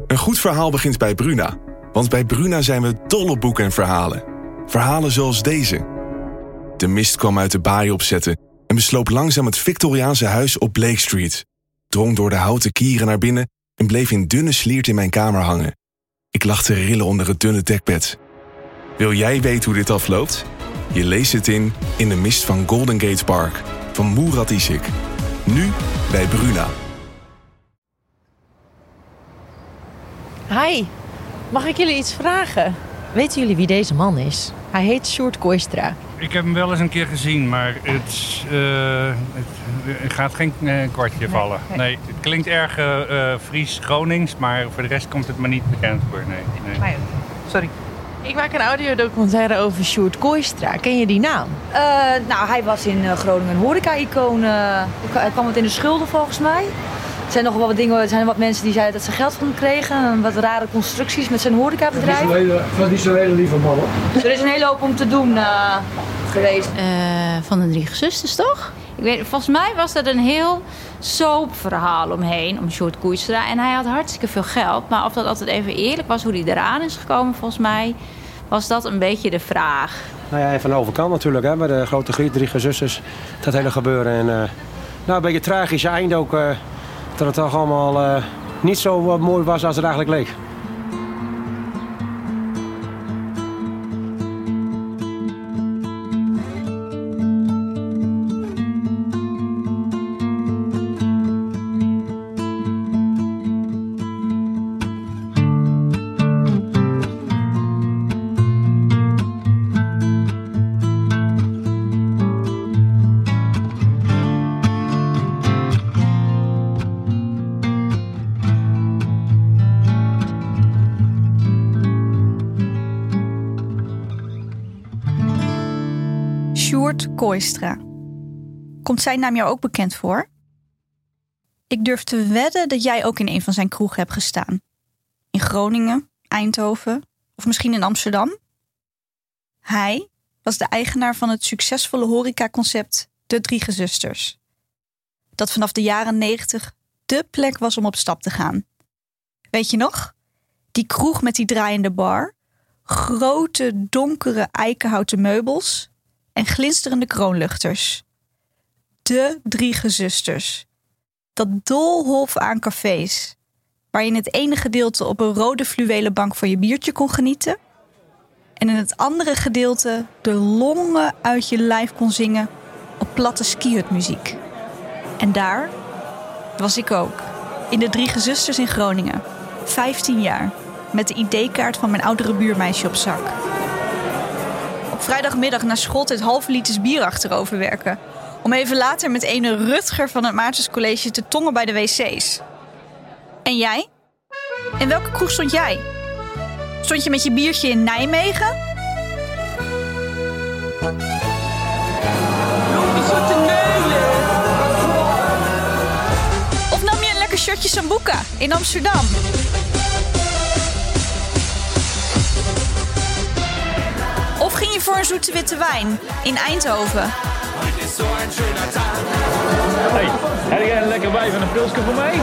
Een goed verhaal begint bij Bruna. Want bij Bruna zijn we dol op boeken en verhalen. Verhalen zoals deze. De mist kwam uit de baai opzetten en besloop langzaam het Victoriaanse huis op Blake Street. Drong door de houten kieren naar binnen en bleef in dunne sliert in mijn kamer hangen. Ik lag te rillen onder het dunne dekbed. Wil jij weten hoe dit afloopt? Je leest het in de mist van Golden Gate Park van Murat Isik. Nu bij Bruna. Hi, mag ik jullie iets vragen? Weten jullie wie deze man is? Hij heet Sjoerd Kooistra. Ik heb hem wel eens een keer gezien, maar het gaat geen kwartje vallen. Nee, het klinkt erg Fries-Gronings, maar voor de rest komt het me niet bekend voor. Nee. Sorry. Ik maak een audiodocumentaire over Sjoerd Kooistra. Ken je die naam? Hij was in Groningen een horeca-icoon. Hij kwam het in de schulden volgens mij. Er zijn nog wel wat dingen. Er zijn wat mensen die zeiden dat ze geld van hem kregen. Wat rare constructies met zijn horecabedrijf. Dat is een hele lieve man, hoor. Er is een hele hoop om te doen geweest. Van de 3 zusters, toch? Ik weet, volgens mij was dat een heel soapverhaal omheen, om Sjoerd Kooistra. En hij had hartstikke veel geld. Maar of dat altijd even eerlijk was, hoe hij eraan is gekomen, volgens mij, was dat een beetje de vraag. Nou ja, en van de overkant natuurlijk, hè, bij de grote Griet, 3 zusters. Dat hele gebeuren. En een beetje tragisch eind ook. Dat het toch allemaal niet zo mooi was als het eigenlijk leek. Sjoerd Kooistra. Komt zijn naam jou ook bekend voor? Ik durf te wedden dat jij ook in een van zijn kroegen hebt gestaan. In Groningen, Eindhoven of misschien in Amsterdam. Hij was de eigenaar van het succesvolle horecaconcept De 3 Zusters. Dat vanaf de jaren 90 dé plek was om op stap te gaan. Weet je nog? Die kroeg met die draaiende bar, grote donkere eikenhouten meubels en glinsterende kroonluchters. De 3 Zusters. Dat doolhof aan cafés, waar je in het ene gedeelte op een rode fluwelen bank van je biertje kon genieten en in het andere gedeelte de longen uit je lijf kon zingen op platte skihutmuziek. En daar was ik ook, in de 3 Zusters in Groningen. 15 jaar, met de ID-kaart van mijn oudere buurmeisje op zak. Op vrijdagmiddag na schooltijd halve liters bier achterover werken, om even later met ene Rutger van het Maartenscollege te tongen bij de wc's. En jij? In welke kroeg stond jij? Stond je met je biertje in Nijmegen? Of nam je een lekker shotje Sambuca in Amsterdam? Of ging je voor een zoete witte wijn in Eindhoven? Hey, heb jij een lekker wijf en een pilsje voor mij?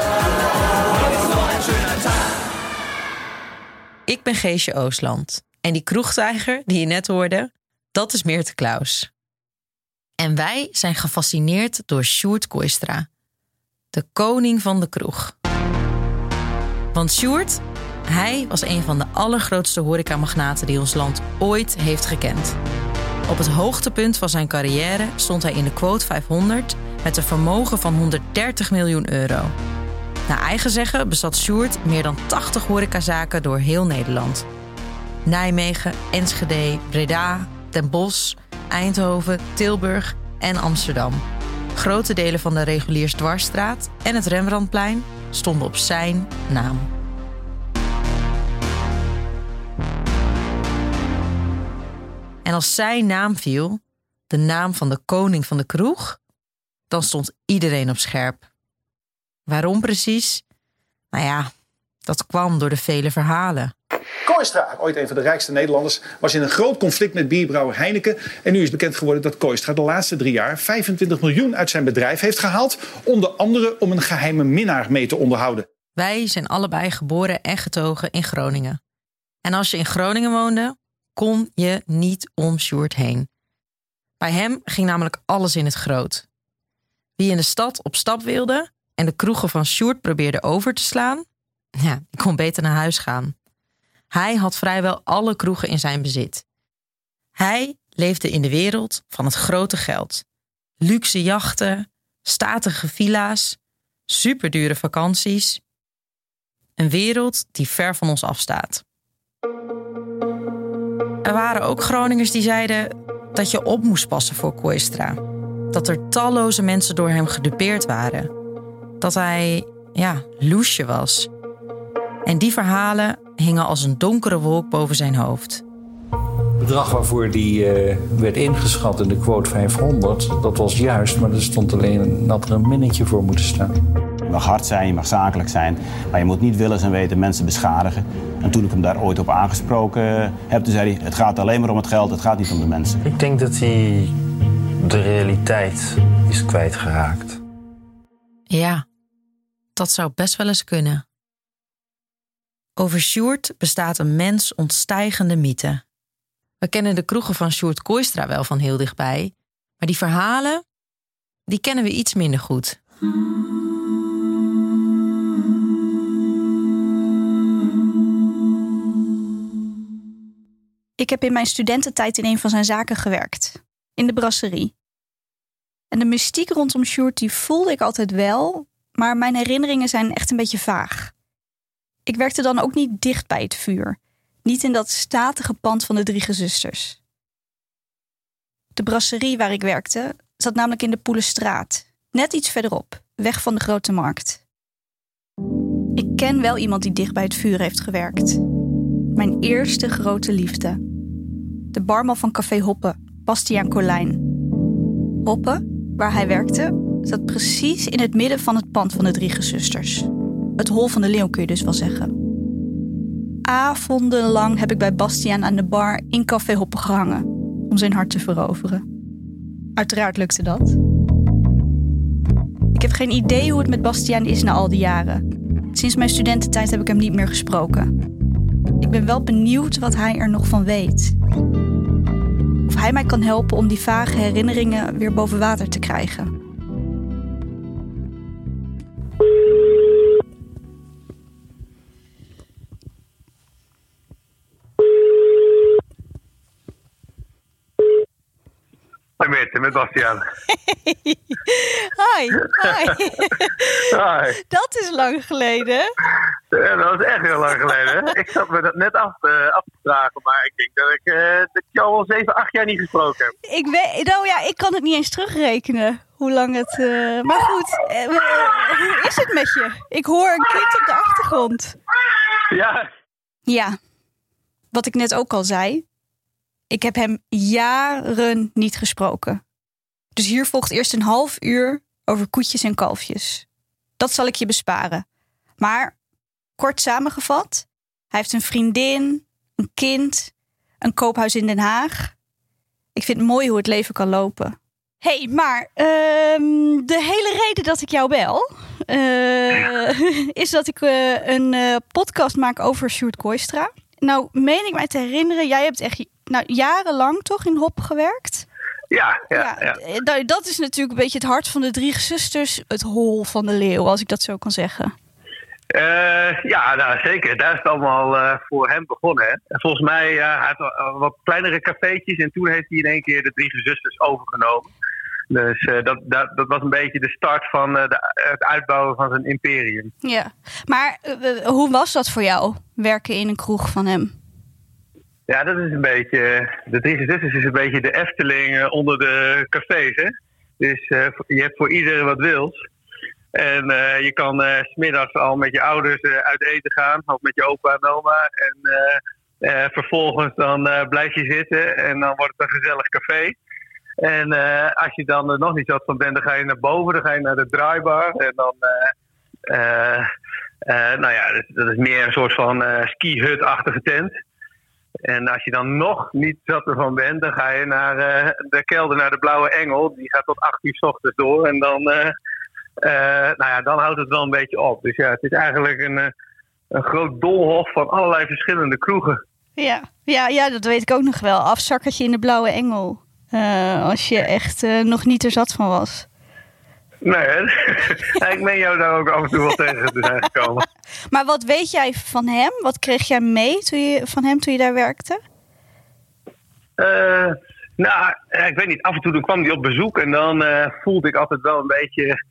Ik ben Geesje Oostland. En die kroegtijger die je net hoorde, dat is Meerte Klaus. En wij zijn gefascineerd door Sjoerd Kooistra. De koning van de kroeg. Want Sjoerd, hij was een van de allergrootste horecamagnaten die ons land ooit heeft gekend. Op het hoogtepunt van zijn carrière stond hij in de quote 500 met een vermogen van 130 miljoen euro. Naar eigen zeggen bezat Sjoerd meer dan 80 horecazaken door heel Nederland. Nijmegen, Enschede, Breda, Den Bosch, Eindhoven, Tilburg en Amsterdam. Grote delen van de Reguliersdwarsstraat en het Rembrandtplein stonden op zijn naam. En als zijn naam viel, de naam van de koning van de kroeg, dan stond iedereen op scherp. Waarom precies? Nou ja, dat kwam door de vele verhalen. Kooistra, ooit een van de rijkste Nederlanders, was in een groot conflict met bierbrouwer Heineken. En nu is bekend geworden dat Kooistra de laatste 3 jaar 25 miljoen uit zijn bedrijf heeft gehaald. Onder andere om een geheime minnaar mee te onderhouden. Wij zijn allebei geboren en getogen in Groningen. En als je in Groningen woonde, kon je niet om Sjoerd heen. Bij hem ging namelijk alles in het groot. Wie in de stad op stap wilde en de kroegen van Sjoerd probeerde over te slaan, ja, die kon beter naar huis gaan. Hij had vrijwel alle kroegen in zijn bezit. Hij leefde in de wereld van het grote geld. Luxe jachten, statige villa's, superdure vakanties. Een wereld die ver van ons afstaat. Er waren ook Groningers die zeiden dat je op moest passen voor Kooistra. Dat er talloze mensen door hem gedupeerd waren. Dat hij, loesje was. En die verhalen hingen als een donkere wolk boven zijn hoofd. Het bedrag waarvoor die werd ingeschat in de quote 500, dat was juist, maar er stond alleen dat er een minnetje voor moet staan. Je mag hard zijn, je mag zakelijk zijn, maar je moet niet willens en weten mensen beschadigen. En toen ik hem daar ooit op aangesproken heb, toen zei hij, het gaat alleen maar om het geld, het gaat niet om de mensen. Ik denk dat hij de realiteit is kwijtgeraakt. Ja, dat zou best wel eens kunnen. Over Sjoerd bestaat een mensontstijgende mythe. We kennen de kroegen van Sjoerd Kooistra wel van heel dichtbij, maar die verhalen, die kennen we iets minder goed. Ik heb in mijn studententijd in een van zijn zaken gewerkt. In de brasserie. En de mystiek rondom Sjoerd die voelde ik altijd wel, maar mijn herinneringen zijn echt een beetje vaag. Ik werkte dan ook niet dicht bij het vuur. Niet in dat statige pand van de 3 gezusters. De brasserie waar ik werkte zat namelijk in de Poelenstraat. Net iets verderop, weg van de Grote Markt. Ik ken wel iemand die dicht bij het vuur heeft gewerkt. Mijn eerste grote liefde. De barman van Café Hoppe, Bastiaan Colijn. Hoppe, waar hij werkte, zat precies in het midden van het pand van de 3 gezusters. Het hol van de leeuw kun je dus wel zeggen. Avondenlang heb ik bij Bastiaan aan de bar in Café Hoppe gehangen om zijn hart te veroveren. Uiteraard lukte dat. Ik heb geen idee hoe het met Bastiaan is na al die jaren. Sinds mijn studententijd heb ik hem niet meer gesproken. Ik ben wel benieuwd wat hij er nog van weet. Of hij mij kan helpen om die vage herinneringen weer boven water te krijgen. Met Bastiaan. Hi. Hi. Dat is lang geleden. Ja, dat was echt heel lang geleden. Ik zat me dat net af te vragen, maar ik denk dat ik jou al 7, 8 jaar niet gesproken heb. Ik kan het niet eens terugrekenen. Hoe lang het... Maar goed, hoe is het met je? Ik hoor een kind op de achtergrond. Ja. Ja, wat ik net ook al zei. Ik heb hem jaren niet gesproken. Dus hier volgt eerst een half uur over koetjes en kalfjes. Dat zal ik je besparen. Maar, kort samengevat, hij heeft een vriendin, een kind, een koophuis in Den Haag. Ik vind het mooi hoe het leven kan lopen. Hé, maar de hele reden dat ik jou bel... is dat ik een podcast maak over Sjoerd Kooistra. Nou, meen ik mij te herinneren, jij hebt echt jarenlang toch in Hoppe gewerkt? Ja. Dat is natuurlijk een beetje het hart van de 3 gezusters. Het hol van de leeuw, als ik dat zo kan zeggen. Zeker. Daar is het allemaal voor hem begonnen. Hè? Volgens mij hij had wat kleinere cafeetjes en toen heeft hij in één keer de 3 gezusters overgenomen. Dus dat was een beetje de start van het uitbouwen van zijn imperium. Ja, maar hoe was dat voor jou, werken in een kroeg van hem? Ja, dat is een beetje... De 3 gezusters is een beetje de Efteling onder de cafés, hè. Dus je hebt voor iedereen wat wils. En je kan 's middags al met je ouders uit eten gaan, of met je opa en oma. En vervolgens dan blijf je zitten en dan wordt het een gezellig café. En als je dan er nog niet zat van bent, dan ga je naar boven, dan ga je naar de draaibar. En dan, dat is meer een soort van ski-hut-achtige tent. En als je dan nog niet zat ervan bent, dan ga je naar de kelder, naar de Blauwe Engel. Die gaat tot 8 uur 's ochtends door. En dan dan houdt het wel een beetje op. Dus ja, het is eigenlijk een groot doolhof van allerlei verschillende kroegen. Ja, dat weet ik ook nog wel. Afzakkertje in de Blauwe Engel. Als je echt nog niet er zat van was. Nee, ik meen jou daar ook af en toe wel tegen te zijn gekomen. Maar wat weet jij van hem? Wat kreeg jij mee toen je daar werkte? Ik weet niet. Af en toe kwam hij op bezoek en dan voelde ik altijd wel een beetje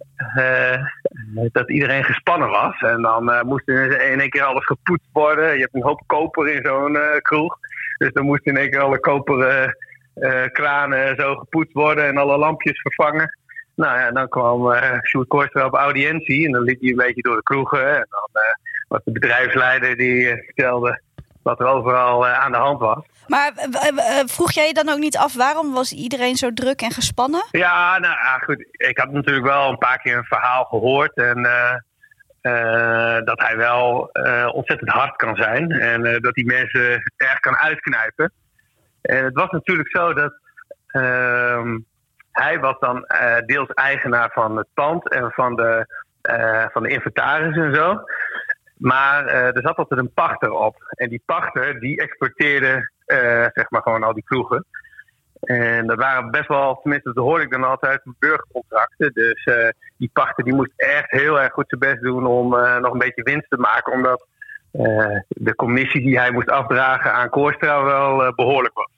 dat iedereen gespannen was. En dan moest in één keer alles gepoetst worden. Je hebt een hoop koper in zo'n kroeg. Dus dan moest in één keer alle koperen kranen zo gepoetst worden en alle lampjes vervangen. Nou ja, dan kwam Sjoerd Kooistra op audiëntie en dan liep hij een beetje door de kroegen. En dan was de bedrijfsleider die vertelde wat er overal aan de hand was. Maar vroeg jij je dan ook niet af waarom was iedereen zo druk en gespannen? Ja, goed. Ik had natuurlijk wel een paar keer een verhaal gehoord en dat hij wel ontzettend hard kan zijn en dat hij mensen erg kan uitknijpen. En het was natuurlijk zo dat hij was dan deels eigenaar van het pand en van de inventaris en zo. Maar er zat altijd een pachter op. En die pachter die exporteerde gewoon al die kroegen. En dat waren best wel, tenminste dat hoorde ik dan altijd, burgercontracten. Dus die pachter die moest echt heel erg goed zijn best doen om nog een beetje winst te maken. Omdat de commissie die hij moest afdragen aan Kooistra wel behoorlijk was.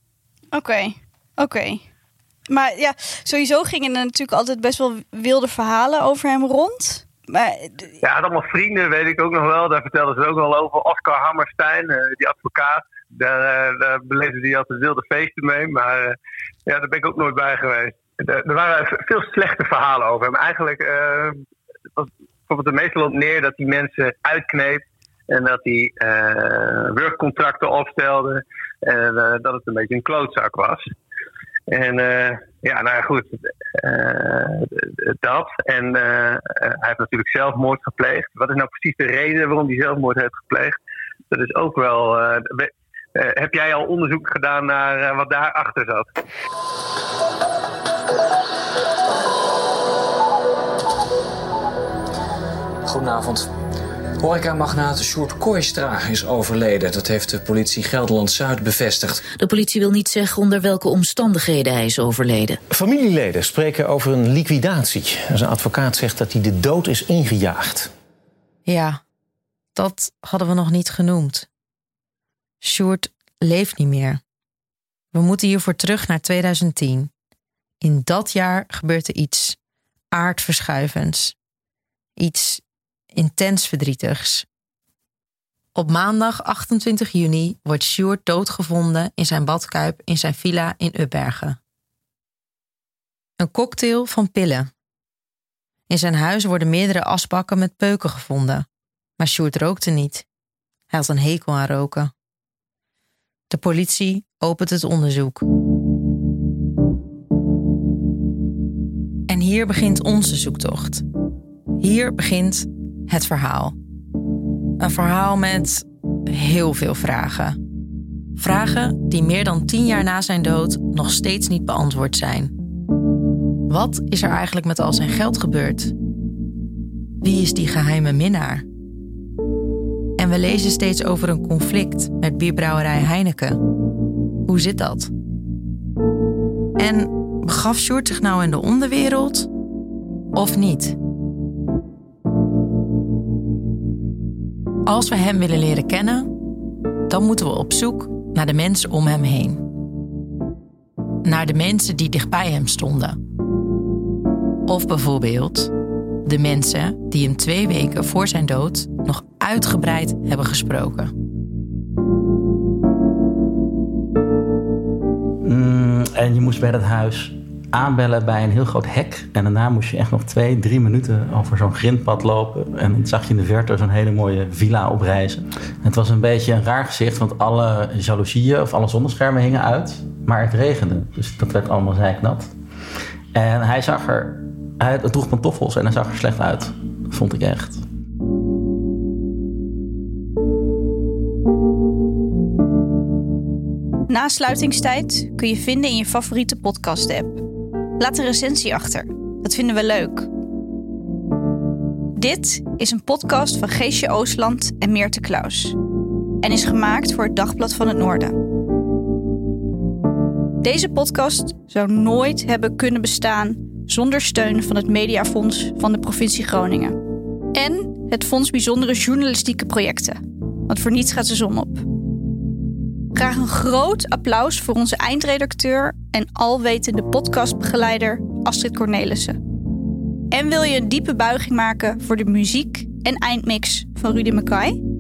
Oké. Maar ja, sowieso gingen er natuurlijk altijd best wel wilde verhalen over hem rond. Maar... Ja, hij had allemaal vrienden, weet ik ook nog wel. Daar vertelden ze ook wel over. Oscar Hammerstein, die advocaat. Daar beleefde hij altijd wilde feesten mee. Maar daar ben ik ook nooit bij geweest. Er waren veel slechte verhalen over hem. Eigenlijk kwam het er meestal op neer dat hij mensen uitkneep. En dat hij werkcontracten opstelde. En dat het een beetje een klootzak was. En goed, dat. En hij heeft natuurlijk zelfmoord gepleegd. Wat is nou precies de reden waarom hij zelfmoord heeft gepleegd? Dat is ook wel... heb jij al onderzoek gedaan naar wat daarachter zat? Goedenavond. Horecamagnaat Sjoerd Kooistra is overleden. Dat heeft de politie Gelderland-Zuid bevestigd. De politie wil niet zeggen onder welke omstandigheden hij is overleden. Familieleden spreken over een liquidatie. Zijn advocaat zegt dat hij de dood is ingejaagd. Ja, dat hadden we nog niet genoemd. Sjoerd leeft niet meer. We moeten hiervoor terug naar 2010. In dat jaar gebeurt er iets aardverschuivends. Iets intens verdrietigs. Op maandag 28 juni wordt Sjoerd doodgevonden in zijn badkuip in zijn villa in Ubbergen. Een cocktail van pillen. In zijn huis worden meerdere asbakken met peuken gevonden. Maar Sjoerd rookte niet. Hij had een hekel aan roken. De politie opent het onderzoek. En hier begint onze zoektocht. Hier begint het verhaal. Een verhaal met heel veel vragen. Vragen die meer dan 10 jaar na zijn dood nog steeds niet beantwoord zijn. Wat is er eigenlijk met al zijn geld gebeurd? Wie is die geheime minnaar? En we lezen steeds over een conflict met bierbrouwerij Heineken. Hoe zit dat? En begaf Sjoerd zich nou in de onderwereld? Of niet? Als we hem willen leren kennen, dan moeten we op zoek naar de mensen om hem heen. Naar de mensen die dichtbij hem stonden. Of bijvoorbeeld de mensen die hem 2 weken voor zijn dood nog uitgebreid hebben gesproken. En je moest bij dat huis aanbellen bij een heel groot hek. En daarna moest je echt nog 2-3 minuten over zo'n grindpad lopen. En dan zag je in de verte zo'n hele mooie villa oprijzen. Het was een beetje een raar gezicht, want alle jaloezieën of alle zonneschermen hingen uit. Maar het regende, dus dat werd allemaal zeiknat. En hij droeg pantoffels en hij zag er slecht uit. Vond ik echt. Na sluitingstijd kun je vinden in je favoriete podcast-app. Laat een recensie achter. Dat vinden we leuk. Dit is een podcast van Geesje Oostland en Meerte Klaus. En is gemaakt voor het Dagblad van het Noorden. Deze podcast zou nooit hebben kunnen bestaan zonder steun van het Mediafonds van de provincie Groningen. En het Fonds Bijzondere Journalistieke Projecten. Want voor niets gaat de zon op. Graag een groot applaus voor onze eindredacteur en alwetende podcastbegeleider Astrid Cornelissen. En wil je een diepe buiging maken voor de muziek en eindmix van Rudy Mackay?